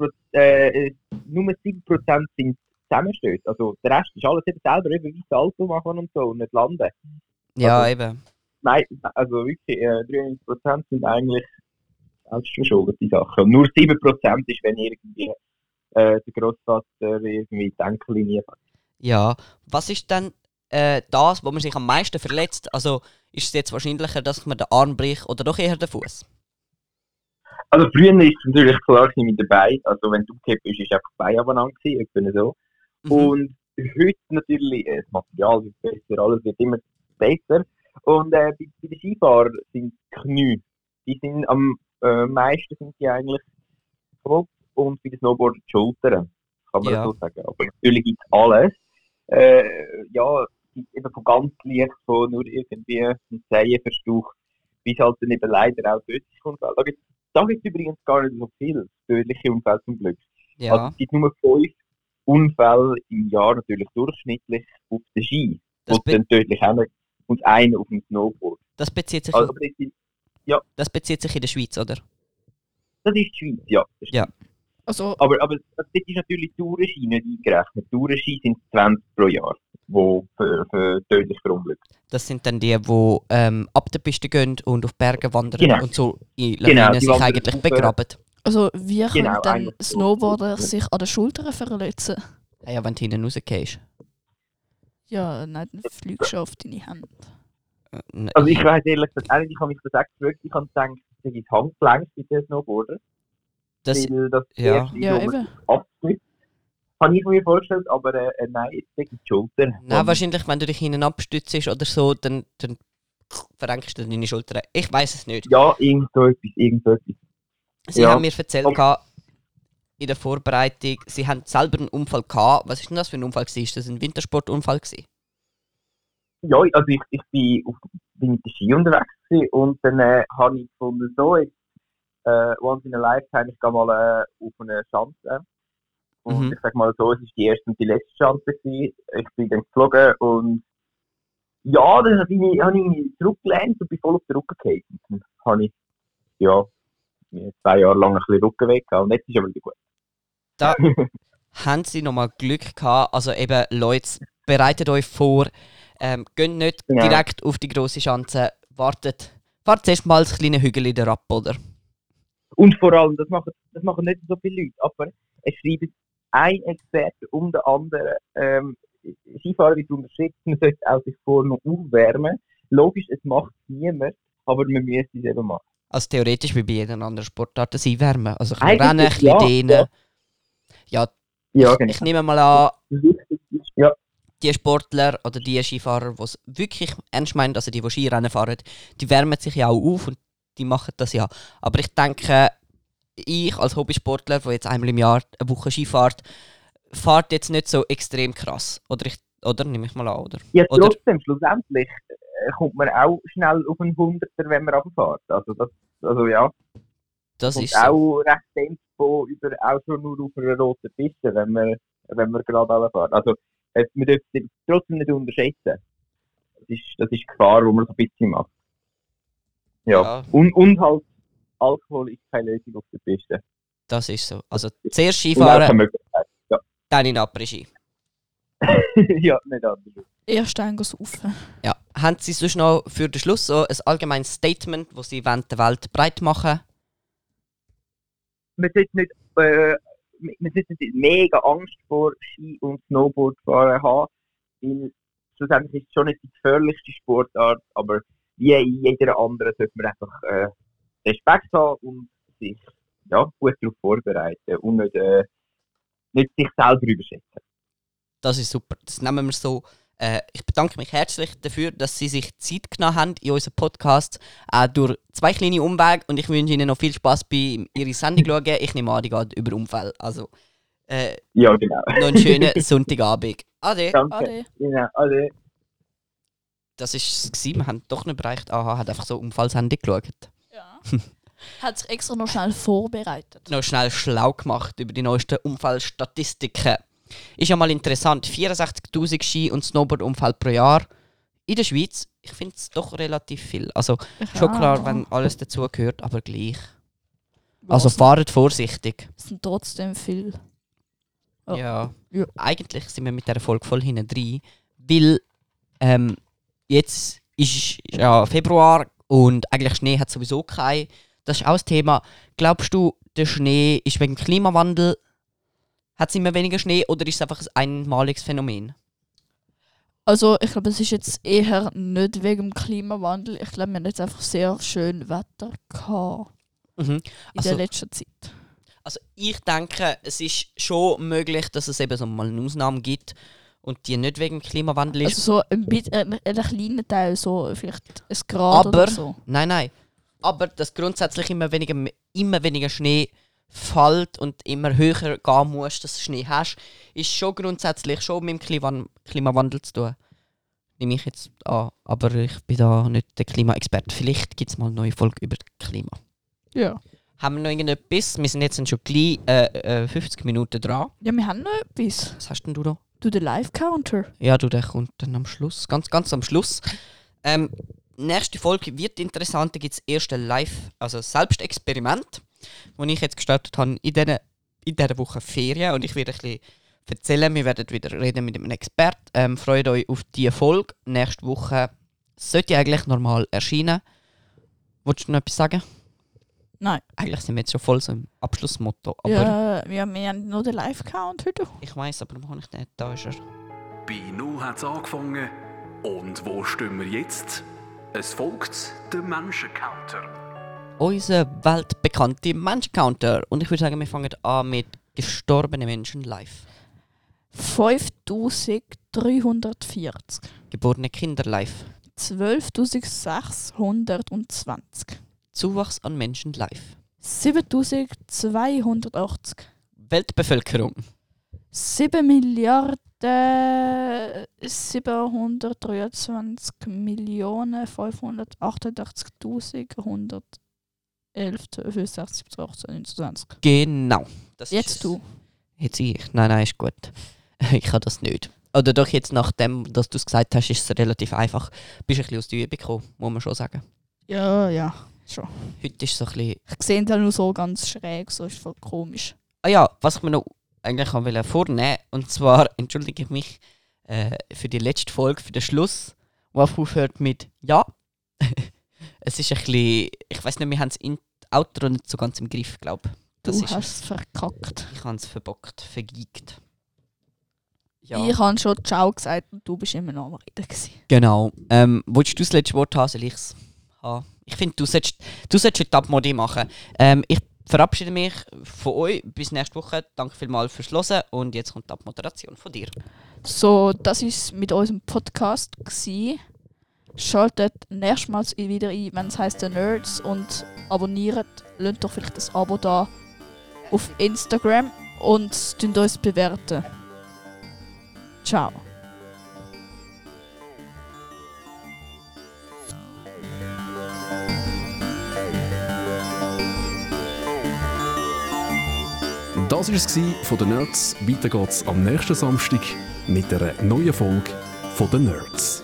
nur 7% sind Zusammenstöße. Also, der Rest ist alles eben selber, eben wie Salto machen und so und nicht landen. ja, also- eben. Nein, also wirklich, 93% sind eigentlich selbstverschuldete Sachen. Und nur 7% ist, wenn irgendwie der Grossvater irgendwie die Enkellinie hat. Ja. Was ist dann das, wo man sich am meisten verletzt? Also ist es jetzt wahrscheinlicher, dass man den Arm bricht oder doch eher den Fuß? Also früher ist es natürlich klar mit den Beinen. Also wenn du umgekehrt bist, ist einfach die Beine abeinander gewesen, etwa so. Und heute natürlich, das Material wird besser, alles wird immer besser. Und bei den Skifahrern sind die Knie, die sind am meisten sind die eigentlich kaputt und bei den Snowboardern die Schultern, kann man Ja. so sagen. Aber natürlich gibt es alles. Ja, es gibt eben von ganz leicht, von nur irgendwie einem Zehenverstauch, bis halt dann eben leider auch tödliche Unfälle. Da gibt es übrigens gar nicht so viele tödliche Unfälle zum Glück. Also Ja. es gibt nur 5 Unfälle im Jahr natürlich durchschnittlich auf den Ski, Das die dann tödlich haben, und einen auf dem Snowboard. Das bezieht sich, Also, aber das bezieht sich in der Schweiz, oder? das ist die Schweiz, ja. Das Ja. stimmt. Also, Aber das ist natürlich Tourenski nicht eingerechnet. Tourenski sind 20 pro Jahr, die für tödlich verunglückt. Das sind dann die ab der Piste gehen und auf Berge wandern Genau. und so in Genau, Lawinen die sich wandern eigentlich rauf. begraben. also wie können Genau, dann eigentlich so. Snowboarder sich an den Schultern verletzen? Ja, wenn du hinten rausgehst. Ja, nein, dann fliegst du auf deine Hände. Also ich weiss ehrlich gesagt auch nicht, ich habe mich das auch gefragt, ich habe gedacht, das ist Handgelenk bei den Snowboardern. das, Weil das ja. erste, Ja, wo man eben. abknüpft, habe ich mir vorgestellt, aber nein, jetzt denke ich die Schulter. Nein, wahrscheinlich, wenn du dich hinten abstützt oder so, dann verrenkst du deine Schultern. Ich weiß es nicht. Ja, irgend so etwas. Sie Ja. haben mir erzählt in der Vorbereitung, sie haben selber einen Unfall gehabt. Was ist denn das für ein Unfall gewesen? Ist das ein Wintersportunfall gewesen? Ja, also ich bin mit dem Ski unterwegs gewesen und dann habe ich gefunden, so, jetzt once in a lifetime, ich gehe mal auf eine Schanze. Und Mhm. ich sag mal so, es war die erste und die letzte Chance gewesen. Ich bin dann geflogen und ja, dann habe ich mich zurückgelehnt und bin voll auf den Rücken gefallen. Dann habe ich, ja, mir 2 Jahre lang ein bisschen Rücken weg gehabt und jetzt ist aber wieder gut. Da haben sie nochmal Glück gehabt. Also eben, Leute, bereitet euch vor. Geht nicht Genau. direkt auf die grosse Schanze. Wartet erst mal das kleine Hügel in der ab, oder? Und vor allem, das machen nicht so viele Leute, aber es schreibt ein Experte um den anderen. Skifahren wird unterschätzt, man sollte auch sich vorher noch aufwärmen. Logisch, es macht niemand, aber man müsste es eben machen. Also theoretisch wie bei jeder anderen Sportart das einwärmen. Also ein bisschen Eigentlich, rennen, ein bisschen ja, dehnen. Ja, Ja, genau. ich nehme mal an, Wichtig ist, ja, die Sportler oder die Skifahrer, die es wirklich ernst meinen, also die Skirennen fahren, die wärmen sich ja auch auf und die machen das ja. Aber ich denke, ich als Hobbysportler, der jetzt einmal im Jahr eine Woche Ski fährt jetzt nicht so extrem krass. Oder nehme ich mal an, oder? ja Oder- trotzdem, schlussendlich kommt man auch schnell auf einen 100er, wenn man runterfährt. Also ja, Das kommt ist so. auch recht Tempo über, auch schon nur auf einer roten Piste, wenn man gerade runterfährt. Also man darf es trotzdem nicht unterschätzen. Das ist die Gefahr, die man so ein bisschen macht. Ja. Ja. Und halt, Alkohol ist keine Lösung auf der Piste. Das ist so. Also zuerst Und auch Skifahren, keine Möglichkeit. Ja, dann in Après-Ski. ja nicht anders. Erst ein saufen. Ja. Haben Sie sonst noch für den Schluss so ein allgemeines Statement, das Sie wollen der Welt breit machen? Man sollte nicht mega Angst vor Ski- und Snowboardfahren haben, weil schlussendlich ist es schon nicht die gefährlichste Sportart, aber wie in jeder anderen sollte man einfach Respekt haben und sich gut darauf vorbereiten und nicht sich selber überschätzen. Das ist super. Das nehmen wir so. Ich bedanke mich herzlich dafür, dass Sie sich Zeit genommen haben in unserem Podcast. Auch durch 2 kleine Umwege. Und ich wünsche Ihnen noch viel Spaß bei Ihrer Sendung schauen. Ich nehme an, die geht über Unfälle. Also, Ja, genau. noch einen schönen Sonntagabend. Ade. Danke. Ade. Genau, ade. Das war es. Wir haben doch nicht bereicht. Aha, hat einfach so Unfallsendung geschaut. Ja. Hat sich extra noch schnell vorbereitet. Noch schnell schlau gemacht über die neuesten Unfallstatistiken. Ist ja mal interessant. 64'000 Ski- und Snowboard-Unfälle pro Jahr. In der Schweiz, ich finde es doch relativ viel. Also schon klar, wenn alles dazugehört, aber gleich. Also fahrt vorsichtig. Es sind trotzdem viel. Oh. Ja. Ja. Eigentlich sind wir mit dieser Folge voll hinten drin, weil jetzt ist ja Februar und eigentlich Schnee hat sowieso keinen. Das ist auch das Thema. Glaubst du, der Schnee ist wegen dem Klimawandel, hat es immer weniger Schnee oder ist es einfach ein einmaliges Phänomen? Also ich glaube, es ist jetzt eher nicht wegen dem Klimawandel. Ich glaube, wir haben jetzt einfach sehr schön Wetter gehabt Mhm. in Also- der letzten Zeit. Also ich denke, es ist schon möglich, dass es eben so mal eine Ausnahme gibt und die nicht wegen dem Klimawandel ist. Also so ein kleiner Teil, so vielleicht ein Grad Aber- oder so. Nein. Aber dass grundsätzlich immer weniger Schnee fällt und immer höher gehen muss, dass du Schnee hast, ist schon grundsätzlich schon mit dem Klimawandel zu tun. Nehme ich jetzt an. Aber ich bin da nicht der Klimaexperte. Vielleicht gibt es mal eine neue Folge über Klima. Ja. Haben wir noch irgendetwas? Wir sind jetzt schon gleich 50 Minuten dran. Ja, wir haben noch etwas. Was hast denn du da? Du, den Live-Counter. Ja, der kommt dann am Schluss. Ganz am Schluss. Nächste Folge wird interessant. Da gibt es erst ein Selbstexperiment, das ich jetzt gestartet habe in dieser Woche Ferien. Und ich werde ein bisschen erzählen. Wir werden wieder reden mit einem Experten. Freut euch auf diese Folge. Nächste Woche sollte eigentlich normal erscheinen. Wolltest du noch etwas sagen? Nein. Eigentlich sind wir jetzt schon voll so im Abschlussmotto. Aber Ja, wir haben nur den Live-Count heute. ich weiss, aber wo habe ich den? Da ist er. Bei 0 hat es angefangen. Und wo stehen wir jetzt? Es folgt der Menschencounter. Unser weltbekannte Menschencounter. Und ich würde sagen, wir fangen an mit gestorbenen Menschen live. 5340. Geborene Kinder live. 12.620. Zuwachs an Menschen live. 7.280. Weltbevölkerung. 7.723.588.100. 11, 12, 15, 16, 17, 18, 19, 20. Genau. Das ist Jetzt es. du. Jetzt ich? Nein, ist gut. Ich kann das nicht. Oder doch jetzt nachdem, dass du es gesagt hast, ist es relativ einfach. Bist ein bisschen aus der Übung gekommen, muss man schon sagen. Ja, schon. Heute ist so ein bisschen... Ich sehe da nur so ganz schräg, so ist voll komisch. Ah ja, was ich mir noch eigentlich vornehmen wollte, und zwar entschuldige ich mich für die letzte Folge, für den Schluss, wo aufhört mit «Ja». Es ist ein bisschen... Ich weiß nicht, wir haben es in Outro nicht so ganz im Griff, glaube ich. Du hast es verkackt. Ich habe es verbockt, vergeigt. Ja. Ich habe schon «Ciao» gesagt und du bist immer noch am Reden gewesen. Genau. Willst du das letzte Wort haben? Soll ich es haben? Ich finde, du solltest heute die Abmodi machen. Ich verabschiede mich von euch. Bis nächste Woche. Danke vielmals fürs Hören. Und jetzt kommt die Abmoderation von dir. So, das war mit unserem Podcast gewesen. Schaltet nächstes Mal wieder ein, wenn es heisst «The Nerds» und abonniert. Lasst doch vielleicht das Abo da auf Instagram und tünt uns bewerten. Ciao. Das war es von den Nerds. Weiter geht's am nächsten Samstag mit einer neuen Folge von den Nerds.